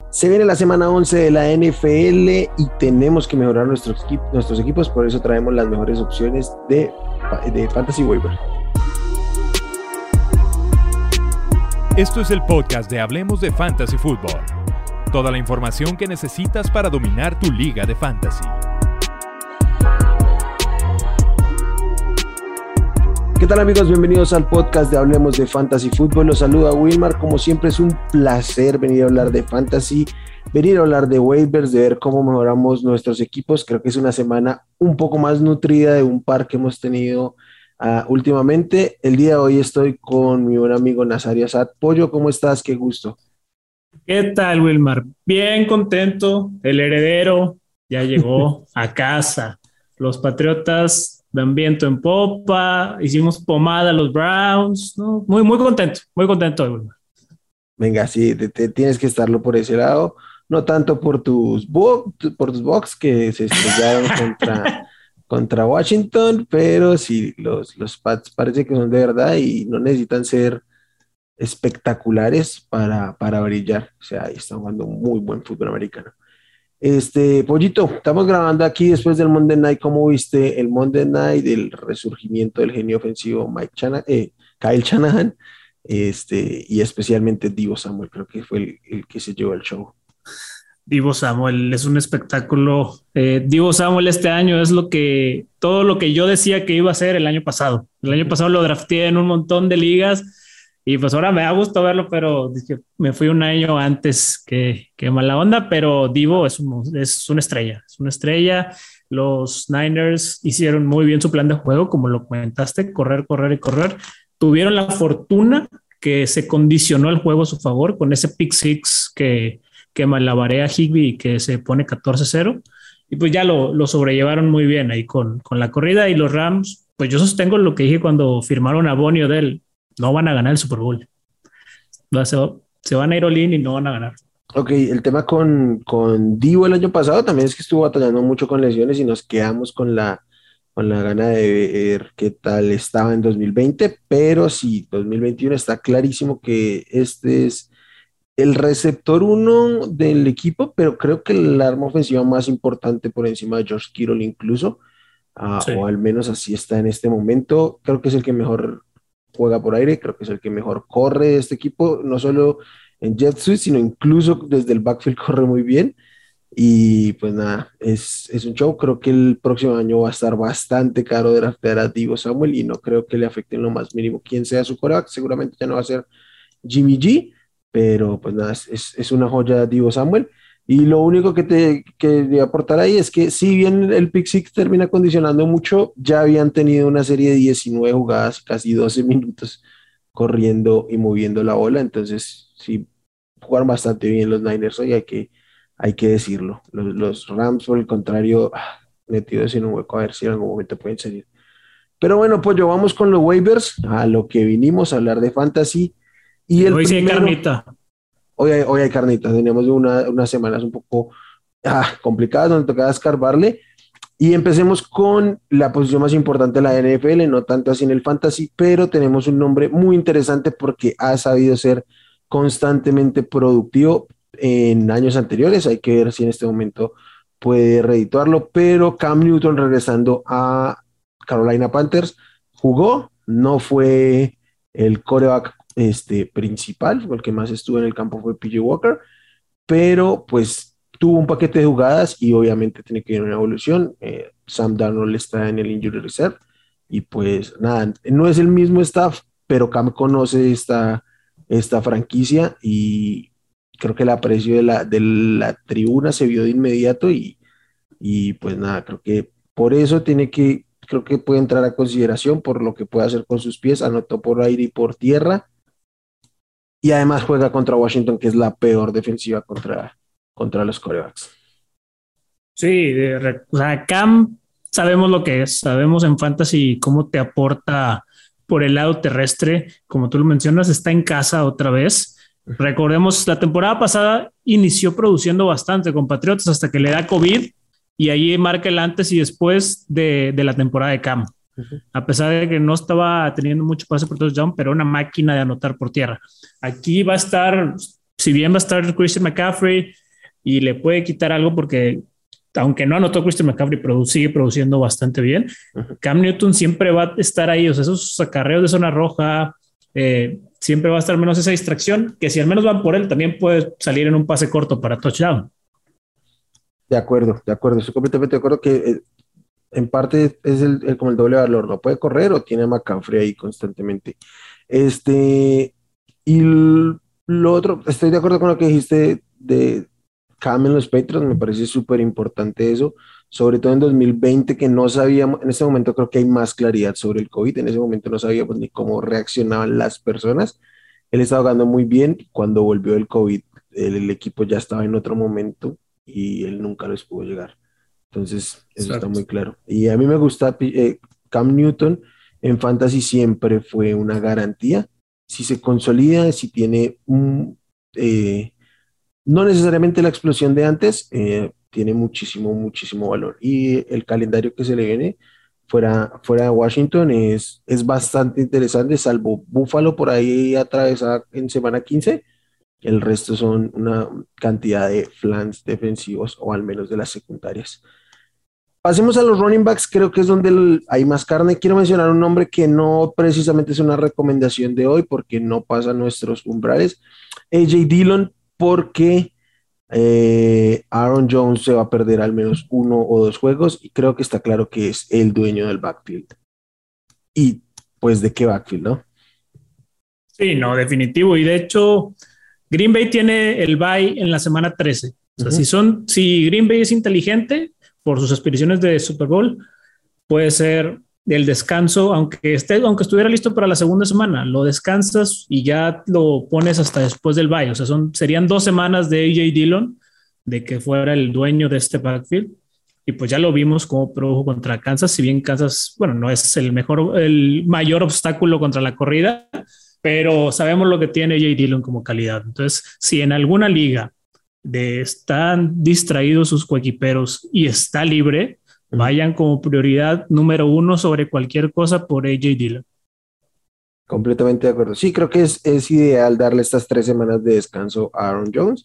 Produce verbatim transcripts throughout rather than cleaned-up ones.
Se viene la semana once de la N F L y tenemos que mejorar nuestros, nuestros equipos, por eso traemos las mejores opciones de, de Fantasy Waiver. Esto es el podcast de Hablemos de Fantasy Football. Toda la información que necesitas para dominar tu liga de fantasy. ¿Qué tal, amigos? Bienvenidos al podcast de Hablemos de Fantasy Football. Los saluda Wilmar. Como siempre es un placer venir a hablar de fantasy, venir a hablar de waivers, de ver cómo mejoramos nuestros equipos. Creo que es una semana un poco más nutrida de un par que hemos tenido uh, últimamente. El día de hoy estoy con mi buen amigo Nazario Asad. Pollo, ¿cómo estás? Qué gusto. ¿Qué tal, Wilmar? Bien contento. El heredero ya llegó a casa. Los Patriotas dan viento en popa, hicimos pomada a los Browns, ¿no? Muy, muy contento, muy contento, Wilmar. Venga, sí, te, te tienes que estarlo por ese lado, no tanto por tus bo- por tus Bucks que se estrellaron contra, contra Washington, pero sí, los, los Pats parece que son de verdad y no necesitan ser espectaculares para, para brillar. O sea, ahí están jugando muy buen fútbol americano. Este, Pollito, estamos grabando aquí después del Monday Night. ¿Cómo viste el Monday Night, del resurgimiento del genio ofensivo Mike Shanahan, eh, Kyle Shanahan, este, y especialmente Deebo Samuel? Creo que fue el, el que se llevó el show. Deebo Samuel es un espectáculo. Eh, Deebo Samuel este año es lo que, todo lo que yo decía que iba a ser el año pasado. El año pasado lo drafteé en un montón de ligas y pues ahora me da gusto verlo, pero dije, me fui un año antes que, que mala onda, pero Deebo es, un, es una estrella, es una estrella. Los Niners hicieron muy bien su plan de juego, como lo comentaste, correr, correr y correr. Tuvieron la fortuna que se condicionó el juego a su favor con ese pick six que, que malabarea Higbee y que se pone catorce cero. Y pues ya lo, lo sobrellevaron muy bien ahí con, con la corrida. Y los Rams, pues yo sostengo lo que dije cuando firmaron a Bonnie Odell. No van a ganar el Super Bowl. Se, se van a ir all-in y no van a ganar. Ok, el tema con, con Deebo el año pasado también es que estuvo batallando mucho con lesiones y nos quedamos con la, con la gana de ver qué tal estaba en dos mil veinte, pero sí, dos mil veintiuno está clarísimo que este es el receptor uno del equipo, pero creo que el arma ofensiva más importante por encima de George Kittle incluso, uh, sí. O al menos así está en este momento. Creo que es el que mejor juega por aire, creo que es el que mejor corre de este equipo, no solo en jet sweep, sino incluso desde el backfield corre muy bien. Y pues nada, es, es un show. Creo que el próximo año va a estar bastante caro de draftear a Deebo Samuel y no creo que le afecte en lo más mínimo quién sea su quarterback. Seguramente ya no va a ser Jimmy G, pero pues nada, es, es una joya Deebo Samuel. Y lo único que te quería aportar ahí es que si bien el pick six termina condicionando mucho, ya habían tenido una serie de diecinueve jugadas, casi doce minutos corriendo y moviendo la bola. Entonces sí, jugaron bastante bien los Niners hoy, hay que, hay que decirlo. Los, los Rams, por el contrario, metidos en un hueco, a ver si en algún momento pueden salir. Pero bueno, pues yo vamos con los waivers, a lo que vinimos a hablar de fantasy. Y el hoy primero, sí hay carnita. Hoy hay, hoy hay carnita, teníamos una, unas semanas un poco ah, complicadas donde tocaba escarbarle. Y empecemos con la posición más importante de la N F L, no tanto así en el fantasy, pero tenemos un nombre muy interesante porque ha sabido ser constantemente productivo en años anteriores. Hay que ver si en este momento puede reedituarlo, pero Cam Newton regresando a Carolina Panthers, jugó, no fue el quarterback este, principal, el que más estuvo en el campo fue P J Walker, pero pues tuvo un paquete de jugadas y obviamente tiene que ir una evolución. eh, Sam Darnold está en el injury reserve y pues nada, no es el mismo staff, pero Cam conoce esta, esta franquicia y creo que el aprecio de la, de la tribuna se vio de inmediato y, y pues nada, creo que por eso tiene que, creo que puede entrar a consideración por lo que puede hacer con sus pies. Anotó por aire y por tierra y además juega contra Washington, que es la peor defensiva contra, contra los quarterbacks. Sí, de, o sea, Cam sabemos lo que es, sabemos en fantasy cómo te aporta por el lado terrestre, como tú lo mencionas, está en casa otra vez. Recordemos, la temporada pasada inició produciendo bastante con Patriotas hasta que le da COVID y ahí marca el antes y después de, de la temporada de Cam. Uh-huh. A pesar de que no estaba teniendo mucho pase por touchdown, pero una máquina de anotar por tierra. Aquí va a estar si bien va a estar Christian McCaffrey y le puede quitar algo porque aunque no anotó Christian McCaffrey, produ sigue produciendo bastante bien. Uh-huh. Cam Newton siempre va a estar ahí, o sea, esos acarreos de zona roja, eh, siempre va a estar menos esa distracción, que si al menos van por él, también puede salir en un pase corto para touchdown. De acuerdo, de acuerdo, estoy completamente de acuerdo que eh, en parte es el, el, como el doble valor, no puede correr o tiene a McCaffrey ahí constantemente. Este, y lo otro, estoy de acuerdo con lo que dijiste de Cam en los Patriots, me parece súper importante eso, sobre todo en dos mil veinte que no sabíamos, en este momento creo que hay más claridad sobre el COVID, en ese momento no sabíamos ni cómo reaccionaban las personas, él estaba jugando muy bien, cuando volvió el COVID el, el equipo ya estaba en otro momento y él nunca les pudo llegar, entonces eso Exacto. Está muy claro, y a mí me gusta eh, Cam Newton en Fantasy siempre fue una garantía, si se consolida, si tiene un... Eh, no necesariamente la explosión de antes, eh, tiene muchísimo, muchísimo valor. Y el calendario que se le viene fuera, fuera de Washington es, es bastante interesante, salvo Buffalo por ahí atravesada en semana quince. El resto son una cantidad de flans defensivos o al menos de las secundarias. Pasemos a los running backs, creo que es donde el, hay más carne. Quiero mencionar un nombre que no precisamente es una recomendación de hoy porque no pasa nuestros umbrales. A J Dillon, porque eh, Aaron Jones se va a perder al menos uno o dos juegos y creo que está claro que es el dueño del backfield. Y pues de qué backfield, ¿no? Sí, no, definitivo. Y de hecho, Green Bay tiene el bye en la semana trece. O sea, uh-huh. si, son, si Green Bay es inteligente por sus aspiraciones de Super Bowl, puede ser el descanso, aunque, esté, aunque estuviera listo para la segunda semana, lo descansas y ya lo pones hasta después del bye. O sea, son, serían dos semanas de A J Dillon, de que fuera el dueño de este backfield. Y pues ya lo vimos como produjo contra Kansas. Si bien Kansas, bueno, no es el mejor, el mayor obstáculo contra la corrida, pero sabemos lo que tiene A J Dillon como calidad. Entonces, si en alguna liga de están distraídos sus coequiperos y está libre, vayan como prioridad número uno sobre cualquier cosa por A J Dillon. Completamente de acuerdo. Sí, creo que es, es ideal darle estas tres semanas de descanso a Aaron Jones.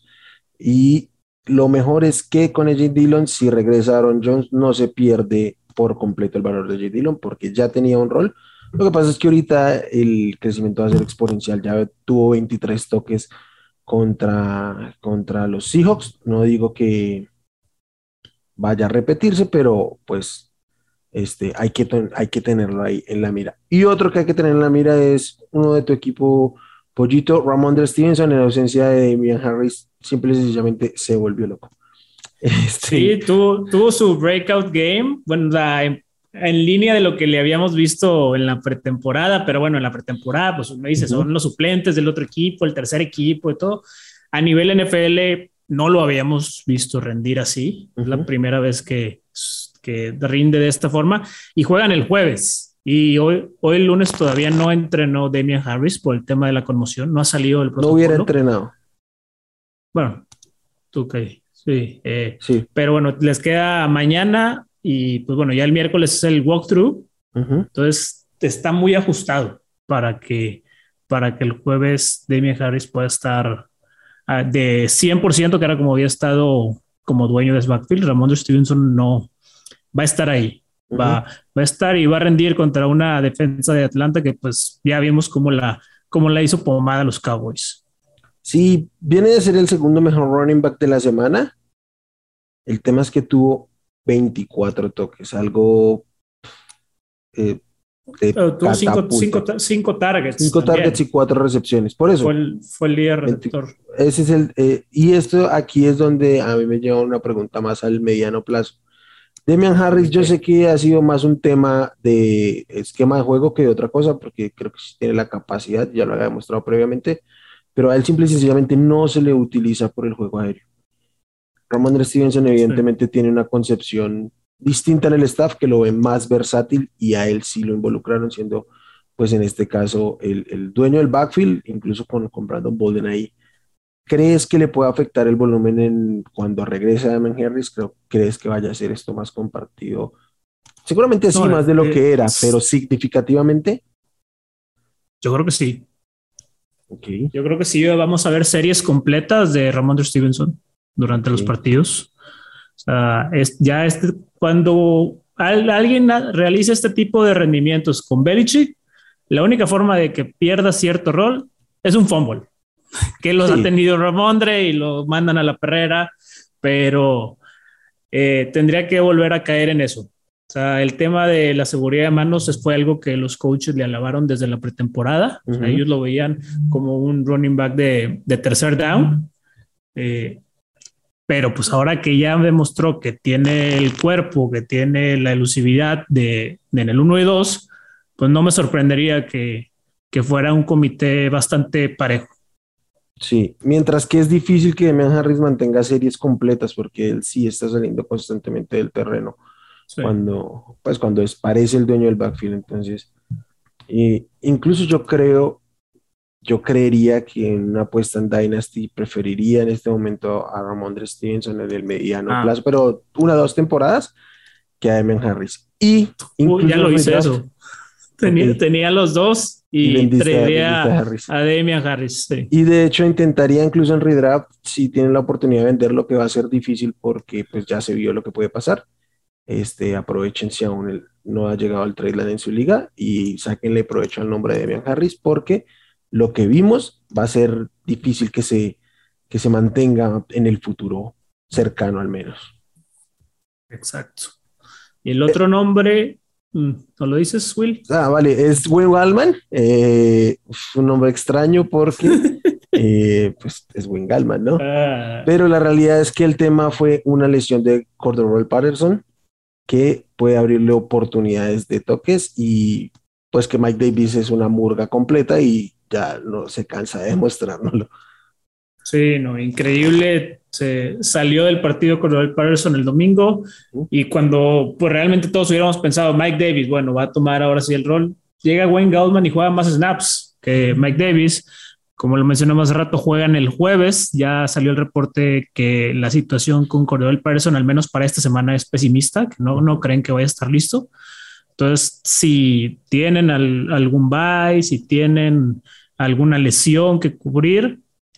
Y lo mejor es que con A J Dillon, si regresa Aaron Jones, no se pierde por completo el valor de A J Dillon porque ya tenía un rol. Lo que pasa es que ahorita el crecimiento va a ser exponencial. Ya tuvo veintitrés toques contra, contra los Seahawks. No digo que vaya a repetirse, pero pues este, hay, que ten, hay que tenerlo ahí en la mira. Y otro que hay que tener en la mira es uno de tu equipo, Pollito, Ramondre Stevenson, en ausencia de Damian Harris, simple y sencillamente se volvió loco. Este, sí, tuvo, tuvo su breakout game, bueno, la, en, en línea de lo que le habíamos visto en la pretemporada, pero bueno, en la pretemporada, pues uno dice, uh-huh. son los suplentes del otro equipo, el tercer equipo y todo. A nivel N F L no lo habíamos visto rendir así, uh-huh. es la primera vez que, que rinde de esta forma, y juegan el jueves, y hoy, hoy el lunes todavía no entrenó Damian Harris por el tema de la conmoción, no ha salido del protocolo. No hubiera entrenado. Bueno, tú que sí, eh, sí, pero bueno, les queda mañana, y pues bueno, ya el miércoles es el walkthrough, uh-huh. entonces está muy ajustado para que, para que el jueves Damian Harris pueda estar uh, de cien por ciento, que era como había estado como dueño de ese backfield. Ramondre Stevenson no va a estar ahí, uh-huh. va, va a estar y va a rendir contra una defensa de Atlanta que pues ya vimos cómo la, cómo la hizo pomada a los Cowboys. Sí, viene de ser el segundo mejor running back de la semana. El tema es que tuvo veinticuatro toques, algo eh, tuvo cinco, cinco, cinco targets. Cinco también. targets y cuatro recepciones. Por eso. Fue el, fue el líder receptor. Ese es el, eh, y esto aquí es donde a mí me lleva una pregunta más al mediano plazo. Damian Harris, okay. yo sé que ha sido más un tema de esquema de juego que de otra cosa, porque creo que sí tiene la capacidad, ya lo había demostrado previamente, pero a él simple y sencillamente no se le utiliza por el juego aéreo. Ramondre Stevenson evidentemente sí. tiene una concepción distinta en el staff que lo ve más versátil y a él sí lo involucraron siendo, pues en este caso, el, el dueño del backfield, incluso con, con Brandon Bolden ahí. ¿Crees que le puede afectar el volumen en, cuando regrese Damian Harris? Creo, ¿crees que vaya a ser esto más compartido? Seguramente sí, no, más de lo eh, que era, pero significativamente. Yo creo que sí. Okay. Yo creo que sí vamos a ver series completas de Ramondre Stevenson durante okay. los partidos. O sea, es ya este, cuando al, alguien realiza este tipo de rendimientos con Belichick, la única forma de que pierda cierto rol es un fumble, que los sí. ha tenido Ramondre y lo mandan a la perrera, pero eh, tendría que volver a caer en eso. O sea, el tema de la seguridad de manos fue algo que los coaches le alabaron desde la pretemporada. Uh-huh. O sea, ellos lo veían como un running back de, de tercer down. Eh, pero pues ahora que ya demostró que tiene el cuerpo, que tiene la elusividad de, de en el uno y dos, pues no me sorprendería que, que fuera un comité bastante parejo. Sí, mientras que es difícil que Damian Harris mantenga series completas porque él sí está saliendo constantemente del terreno. Sí. Cuando, pues cuando es, parece el dueño del backfield, entonces y incluso yo creo, yo creería que en una apuesta en Dynasty preferiría en este momento a Ramondre Stevenson en el mediano ah. plazo, pero una o dos temporadas que a Damian Harris. Y Uy, ya lo hice draft, eso. Tenía, okay. tenía los dos y, y traería a, a Damian Harris. Sí. Y de hecho intentaría incluso en redraft, si tienen la oportunidad de venderlo, que va a ser difícil porque pues ya se vio lo que puede pasar. Este, aprovechen si aún el, no ha llegado el trade line en su liga y sáquenle provecho al nombre de Damian Harris porque lo que vimos va a ser difícil que se, que se mantenga en el futuro cercano al menos. Exacto. Y el otro eh, nombre, ¿no lo dices, Will? Ah, vale, es Wayne Gallman, eh, un nombre extraño porque eh, pues es Wayne Gallman, ¿no? Ah. Pero la realidad es que el tema fue una lesión de Cordarrelle Patterson que puede abrirle oportunidades de toques y pues que Mike Davis es una murga completa y ya no se cansa de demostrárnoslo. Sí, no, increíble. Se salió del partido con Cordarrelle Patterson el domingo uh-huh. y cuando pues realmente todos hubiéramos pensado Mike Davis, bueno, va a tomar ahora sí el rol, llega Wayne Gallman y juega más snaps que Mike Davis. Como lo mencionamos hace rato, juegan el jueves. Ya salió el reporte que la situación con Cordarrelle Patterson, al menos para esta semana, es pesimista, que no, no creen que vaya a estar listo. Entonces, si tienen al, algún bye, si tienen alguna lesión que cubrir,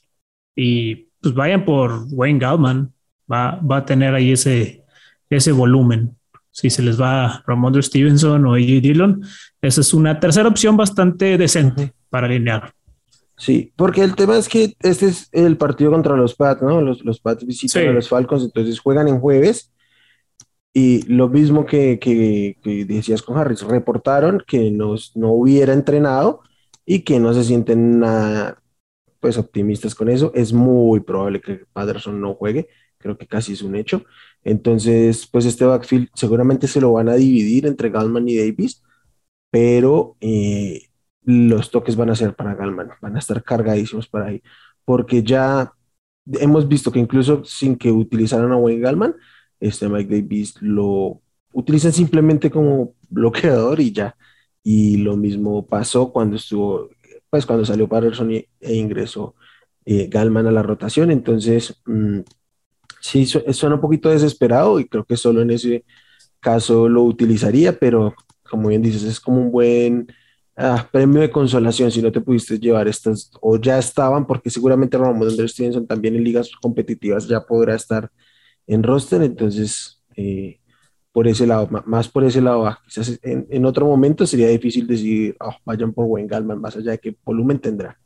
y pues vayan por Wayne Gallman, va, va a tener ahí ese, ese volumen. Si se les va Ramondre Stevenson o A J Dillon, esa es una tercera opción bastante decente uh-huh. para alinear. Sí, porque el tema es que este es el partido contra los Pats, ¿no? Los, los Pats visitan sí. a los Falcons, entonces juegan en jueves. Y lo mismo que, que, que decías con Harris, reportaron que no, no hubiera entrenado y que no se sienten nada pues, optimistas con eso. Es muy probable que Patterson no juegue, creo que casi es un hecho. Entonces, pues este backfield seguramente se lo van a dividir entre Gallman y Davis, pero eh, los toques van a ser para Gallman, van a estar cargadísimos para ahí, porque ya hemos visto que incluso sin que utilizaran a Wayne Gallman, este Mike Davis lo utilizan simplemente como bloqueador y ya, y lo mismo pasó cuando estuvo, pues cuando salió Patterson y, e ingresó eh, Gallman a la rotación. Entonces mmm, sí, su, suena un poquito desesperado y creo que solo en ese caso lo utilizaría, pero como bien dices, es como un buen ah, premio de consolación si no te pudiste llevar estas, o ya estaban, porque seguramente Ramondre Stevenson también en ligas competitivas ya podrá estar en roster, entonces eh, por ese lado, más por ese lado, ah, quizás en, en otro momento sería difícil decir, oh, vayan por Wayne Gallman, más allá de qué volumen tendrá.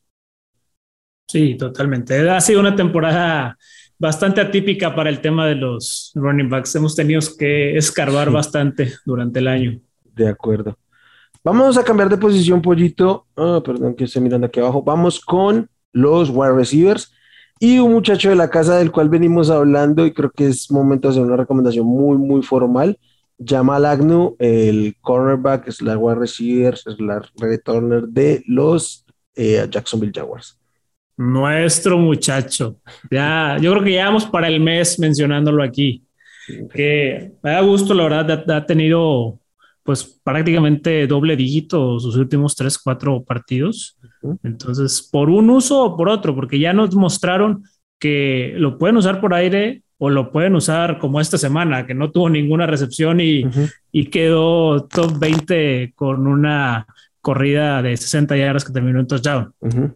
Sí, totalmente. Ha sido una temporada bastante atípica para el tema de los running backs. Hemos tenido que escarbar sí. bastante durante el año. De acuerdo. Vamos a cambiar de posición, Pollito. Oh, perdón, que estoy mirando aquí abajo. Vamos con los wide receivers y un muchacho de la casa del cual venimos hablando y creo que es momento de hacer una recomendación muy, muy formal. Jamal Agnew, el cornerback, es la wide receiver, es la returner de los eh, Jacksonville Jaguars. Nuestro muchacho. Ya, yo creo que ya vamos para el mes mencionándolo aquí. Que me da gusto, la verdad, ha, ha tenido pues prácticamente doble dígito sus últimos tres, cuatro partidos. Uh-huh. Entonces, por un uso o por otro, porque ya nos mostraron que lo pueden usar por aire o lo pueden usar como esta semana, que no tuvo ninguna recepción y, uh-huh. y quedó top veinte con una corrida de sesenta yardas que terminó en touchdown. Uh-huh.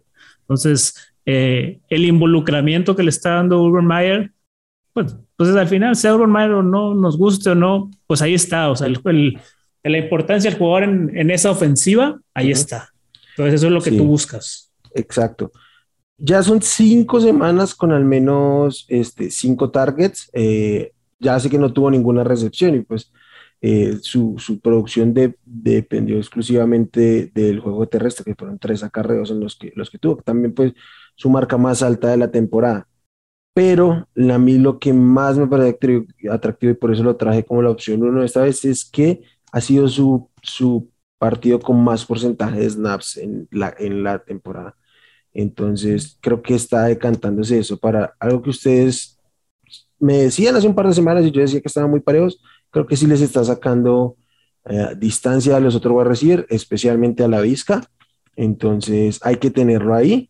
Entonces, eh, el involucramiento que le está dando Urban Meyer, pues, pues al final, sea Urban Meyer o no, nos guste o no, pues ahí está. O sea, el, el, la importancia del jugador en, en esa ofensiva, ahí uh-huh. está. Entonces, eso es lo que sí, tú buscas. Exacto. Ya son cinco semanas con al menos este, cinco targets. Eh, ya sé que no tuvo ninguna recepción y pues eh, su, su producción de, dependió exclusivamente del juego terrestre, que fueron tres acarreos en los que, los que tuvo. También pues su marca más alta de la temporada. Pero a mí lo que más me parece atractivo y por eso lo traje como la opción uno esta vez es que ha sido su, su partido con más porcentaje de snaps en la, en la temporada. Entonces creo que está decantándose eso para algo que ustedes me decían hace un par de semanas y yo decía que estaban muy parejos. Creo que sí les está sacando eh, distancia a los otros wide receivers, especialmente a la Vizca. Entonces hay que tenerlo ahí.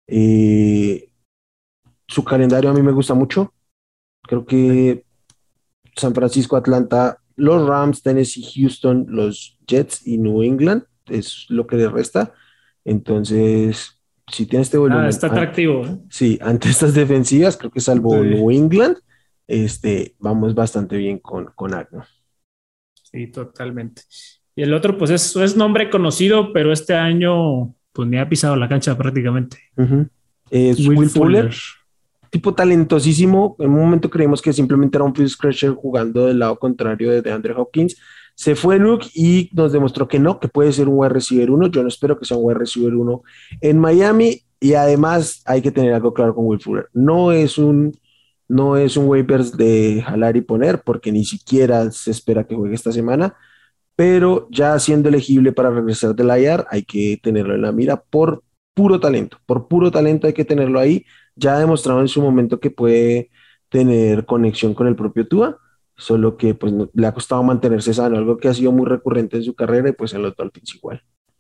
Eh, su calendario a mí me gusta mucho. Creo que San Francisco, Atlanta, los Rams, Tennessee, Houston, los Jets y New England es lo que le resta. Entonces, si tiene este volumen. Ah, está atractivo. ¿eh? Sí, ante estas defensivas, creo que salvo sí. New England, este, vamos bastante bien con, con Agno. Sí, totalmente. Y el otro, pues es, es nombre conocido, pero este año, pues ni ha pisado la cancha prácticamente. Uh-huh. Es Will, Will Fuller. Fuller. Tipo talentosísimo. En un momento creímos que simplemente era un field scratcher jugando del lado contrario de DeAndre Hopkins. Se fue Nuke y nos demostró que no, que puede ser un wide receiver uno. Yo no espero que sea un wide receiver uno en Miami. Y además hay que tener algo claro con Will Fuller. No es un, no es un waivers de jalar y poner, porque ni siquiera se espera que juegue esta semana. Pero ya siendo elegible para regresar del I R, hay que tenerlo en la mira por puro talento. Por puro talento hay que tenerlo ahí. Ya ha demostrado en su momento que puede tener conexión con el propio Tua, solo que pues no, le ha costado mantenerse sano, algo que ha sido muy recurrente en su carrera y pues en los Dolphins igual.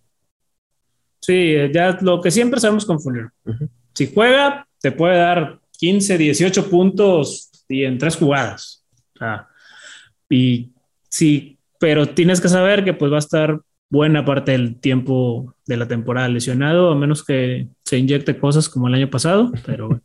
Sí, ya lo que siempre sabemos con Fuller. Uh-huh. Si juega, te puede dar quince, dieciocho puntos y en tres jugadas. O sea, y sí, pero tienes que saber que pues va a estar buena parte del tiempo de la temporada lesionado, a menos que se inyecte cosas como el año pasado, pero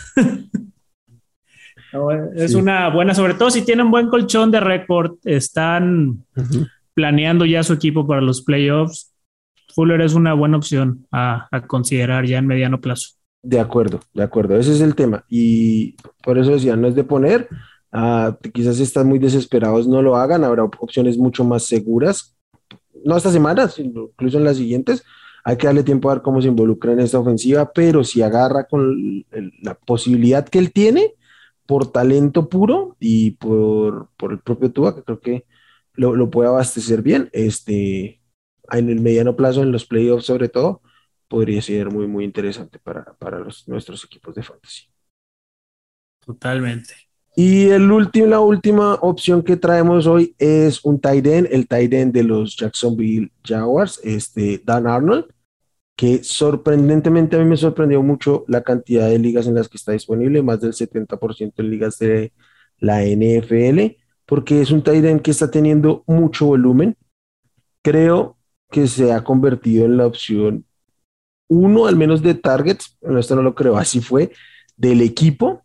no, es sí. una buena, sobre todo si tienen buen colchón de récord, están uh-huh. planeando ya su equipo para los playoffs. Fuller es una buena opción a, a considerar ya en mediano plazo. De acuerdo, de acuerdo, ese es el tema y por eso decía, no es de poner, uh, quizás si están muy desesperados no lo hagan, habrá opciones mucho más seguras. No esta semana, sino incluso en las siguientes, hay que darle tiempo a ver cómo se involucra en esta ofensiva, pero si agarra con el, la posibilidad que él tiene, por talento puro y por, por el propio Tua, que creo que lo, lo puede abastecer bien, este, en el mediano plazo, en los playoffs sobre todo, podría ser muy, muy interesante para, para los, nuestros equipos de fantasy. Totalmente. Y el último, la última opción que traemos hoy es un tight end, el tight end de los Jacksonville Jaguars, este Dan Arnold, que sorprendentemente a mí me sorprendió mucho la cantidad de ligas en las que está disponible, más del setenta por ciento en ligas de la N F L, porque es un tight end que está teniendo mucho volumen. Creo que se ha convertido en la opción uno, al menos de targets, bueno, esto no lo creo, así fue, del equipo.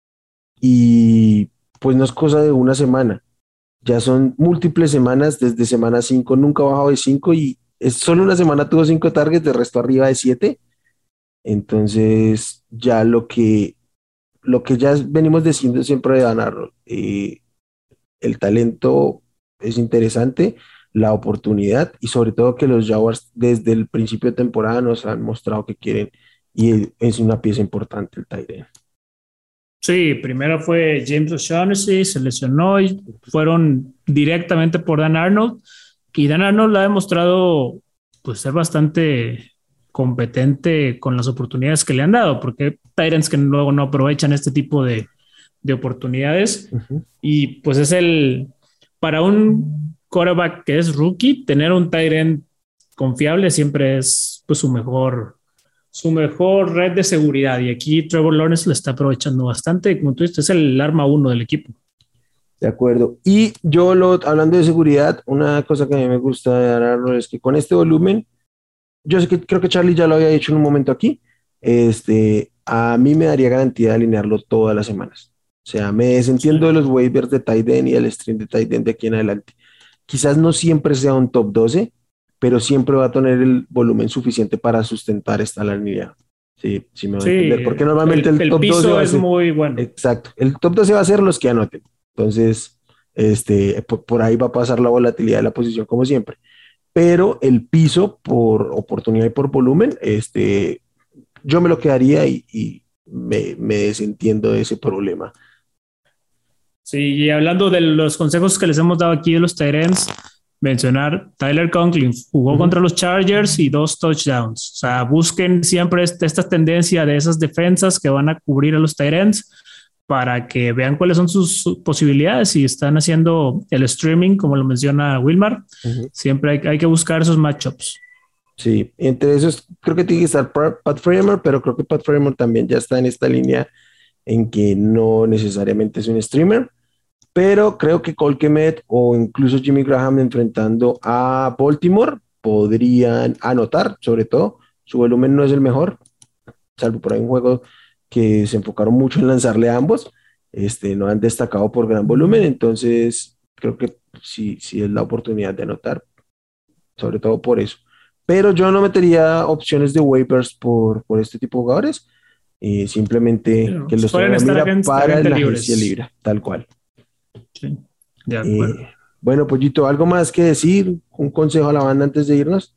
Y pues no es cosa de una semana, ya son múltiples semanas, desde semana cinco nunca ha bajado de cinco y es solo una semana tuvo cinco targets, de resto arriba de siete. Entonces ya lo que lo que ya venimos diciendo siempre de Dan Arnold, eh, el talento es interesante, la oportunidad y sobre todo que los Jaguars desde el principio de temporada nos han mostrado que quieren y es una pieza importante el tight end. Sí, primero fue James O'Shaughnessy, se lesionó y fueron directamente por Dan Arnold. Y Dan Arnold ha demostrado pues, ser bastante competente con las oportunidades que le han dado, porque Tyrants que luego no aprovechan este tipo de, de oportunidades. Uh-huh. Y pues es el, para un quarterback que es rookie, tener un Tyrant confiable siempre es pues, su mejor... su mejor red de seguridad y aquí Trevor Lawrence lo está aprovechando bastante, como tú dices, es el arma uno del equipo. De acuerdo, y yo lo, hablando de seguridad, una cosa que a mí me gusta de Arnold es que con este volumen, yo sé que creo que Charlie ya lo había dicho en un momento aquí, este, a mí me daría garantía de alinearlo todas las semanas. O sea, me desentiendo de los waivers de tight end y el stream de tight end de aquí en adelante. Quizás no siempre sea un top doce, pero siempre va a tener el volumen suficiente para sustentar esta línea. Sí, sí me va a Sí, entender. Porque normalmente el, el, el top piso doce va a es ser, muy bueno. exacto, el top doce va a ser los que anoten. Entonces, este, por, por ahí va a pasar la volatilidad de la posición como siempre. Pero el piso por oportunidad y por volumen, este, yo me lo quedaría y, y me, me desentiendo de ese problema. Sí, y hablando de los consejos que les hemos dado aquí de los tight ends, mencionar Tyler Conklin jugó uh-huh. contra los Chargers y dos touchdowns. O sea, busquen siempre esta, esta tendencia de esas defensas que van a cubrir a los tight ends para que vean cuáles son sus, sus posibilidades y están haciendo el streaming, como lo menciona Wilmar. Uh-huh. Siempre hay, hay que buscar esos matchups. Sí, entre esos creo que tiene que estar Pat Freiermuth, pero creo que Pat Freiermuth también ya está en esta línea en que no necesariamente es un streamer, pero creo que Cole Kmet o incluso Jimmy Graham enfrentando a Baltimore podrían anotar, sobre todo, su volumen no es el mejor, salvo por ahí un juego que se enfocaron mucho en lanzarle a ambos, este, no han destacado por gran volumen, entonces creo que sí, sí es la oportunidad de anotar, sobre todo por eso. Pero yo no metería opciones de waivers por, por este tipo de jugadores, y simplemente no, que los pueden estar mira para la agencia libre, tal cual. Sí, de acuerdo. Eh, bueno, Pollito, ¿algo más que decir? ¿Un consejo a la banda antes de irnos?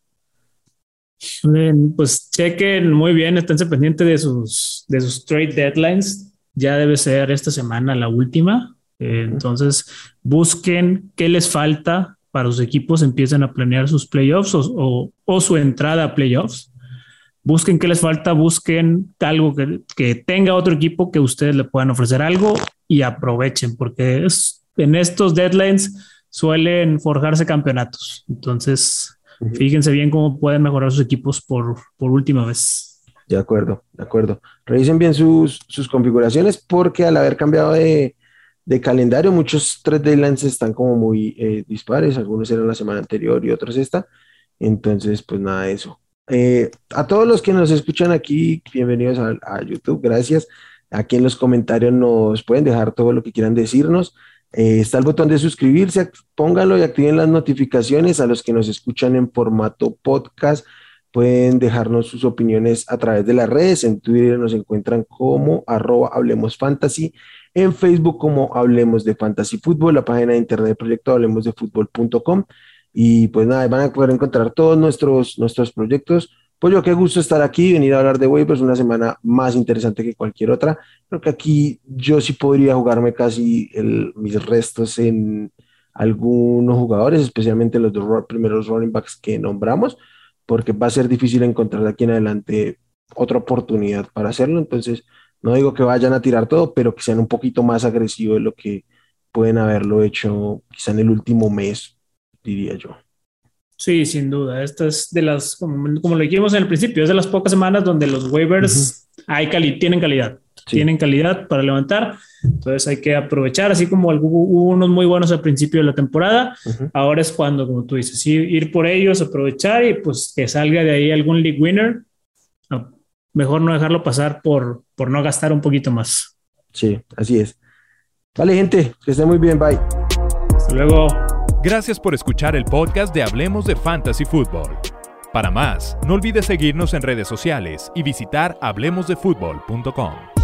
Bien, pues chequen muy bien, esténse pendientes de sus, de sus trade deadlines. Ya debe ser esta semana la última. Eh, uh-huh. Entonces, busquen qué les falta para sus equipos, empiecen a planear sus playoffs o, o, o su entrada a playoffs. Busquen qué les falta, busquen algo que, que tenga otro equipo que ustedes le puedan ofrecer algo y aprovechen, porque es, en estos deadlines suelen forjarse campeonatos. Entonces, uh-huh. fíjense bien cómo pueden mejorar sus equipos por, por última vez. De acuerdo, de acuerdo. Revisen bien sus, sus configuraciones, porque al haber cambiado de, de calendario, muchos trade deadlines están como muy eh, dispares. Algunos eran la semana anterior y otros esta. Entonces, pues nada de eso. Eh, a todos los que nos escuchan aquí, bienvenidos a, a YouTube, gracias. Aquí en los comentarios nos pueden dejar todo lo que quieran decirnos. Eh, está el botón de suscribirse, pónganlo y activen las notificaciones. A los que nos escuchan en formato podcast, pueden dejarnos sus opiniones a través de las redes. En Twitter nos encuentran como arroba Hablemos Fantasy, en Facebook como Hablemos de Fantasy Fútbol, la página de internet del proyecto hablemos de fútbol punto com. Y pues nada, van a poder encontrar todos nuestros, nuestros proyectos. Pues yo qué gusto estar aquí, venir a hablar de waivers, una semana más interesante que cualquier otra. Creo que aquí yo sí podría jugarme casi el, mis restos en algunos jugadores, especialmente los dos primeros running backs que nombramos, porque va a ser difícil encontrar de aquí en adelante otra oportunidad para hacerlo. Entonces, no digo que vayan a tirar todo, pero que sean un poquito más agresivos de lo que pueden haberlo hecho quizá en el último mes, diría yo. Sí, sin duda. Esta es de las, como, como lo dijimos en el principio, es de las pocas semanas donde los waivers uh-huh. hay cali- tienen calidad. Sí. Tienen calidad para levantar. Entonces hay que aprovechar, así como hubo unos muy buenos al principio de la temporada. Uh-huh. Ahora es cuando, como tú dices, ir por ellos, aprovechar y pues que salga de ahí algún league winner. No, mejor no dejarlo pasar por, por no gastar un poquito más. Sí, así es. Vale, gente, que estén muy bien. Bye. Hasta luego. Gracias por escuchar el podcast de Hablemos de Fantasy Football. Para más, no olvides seguirnos en redes sociales y visitar hablemos de fútbol punto com.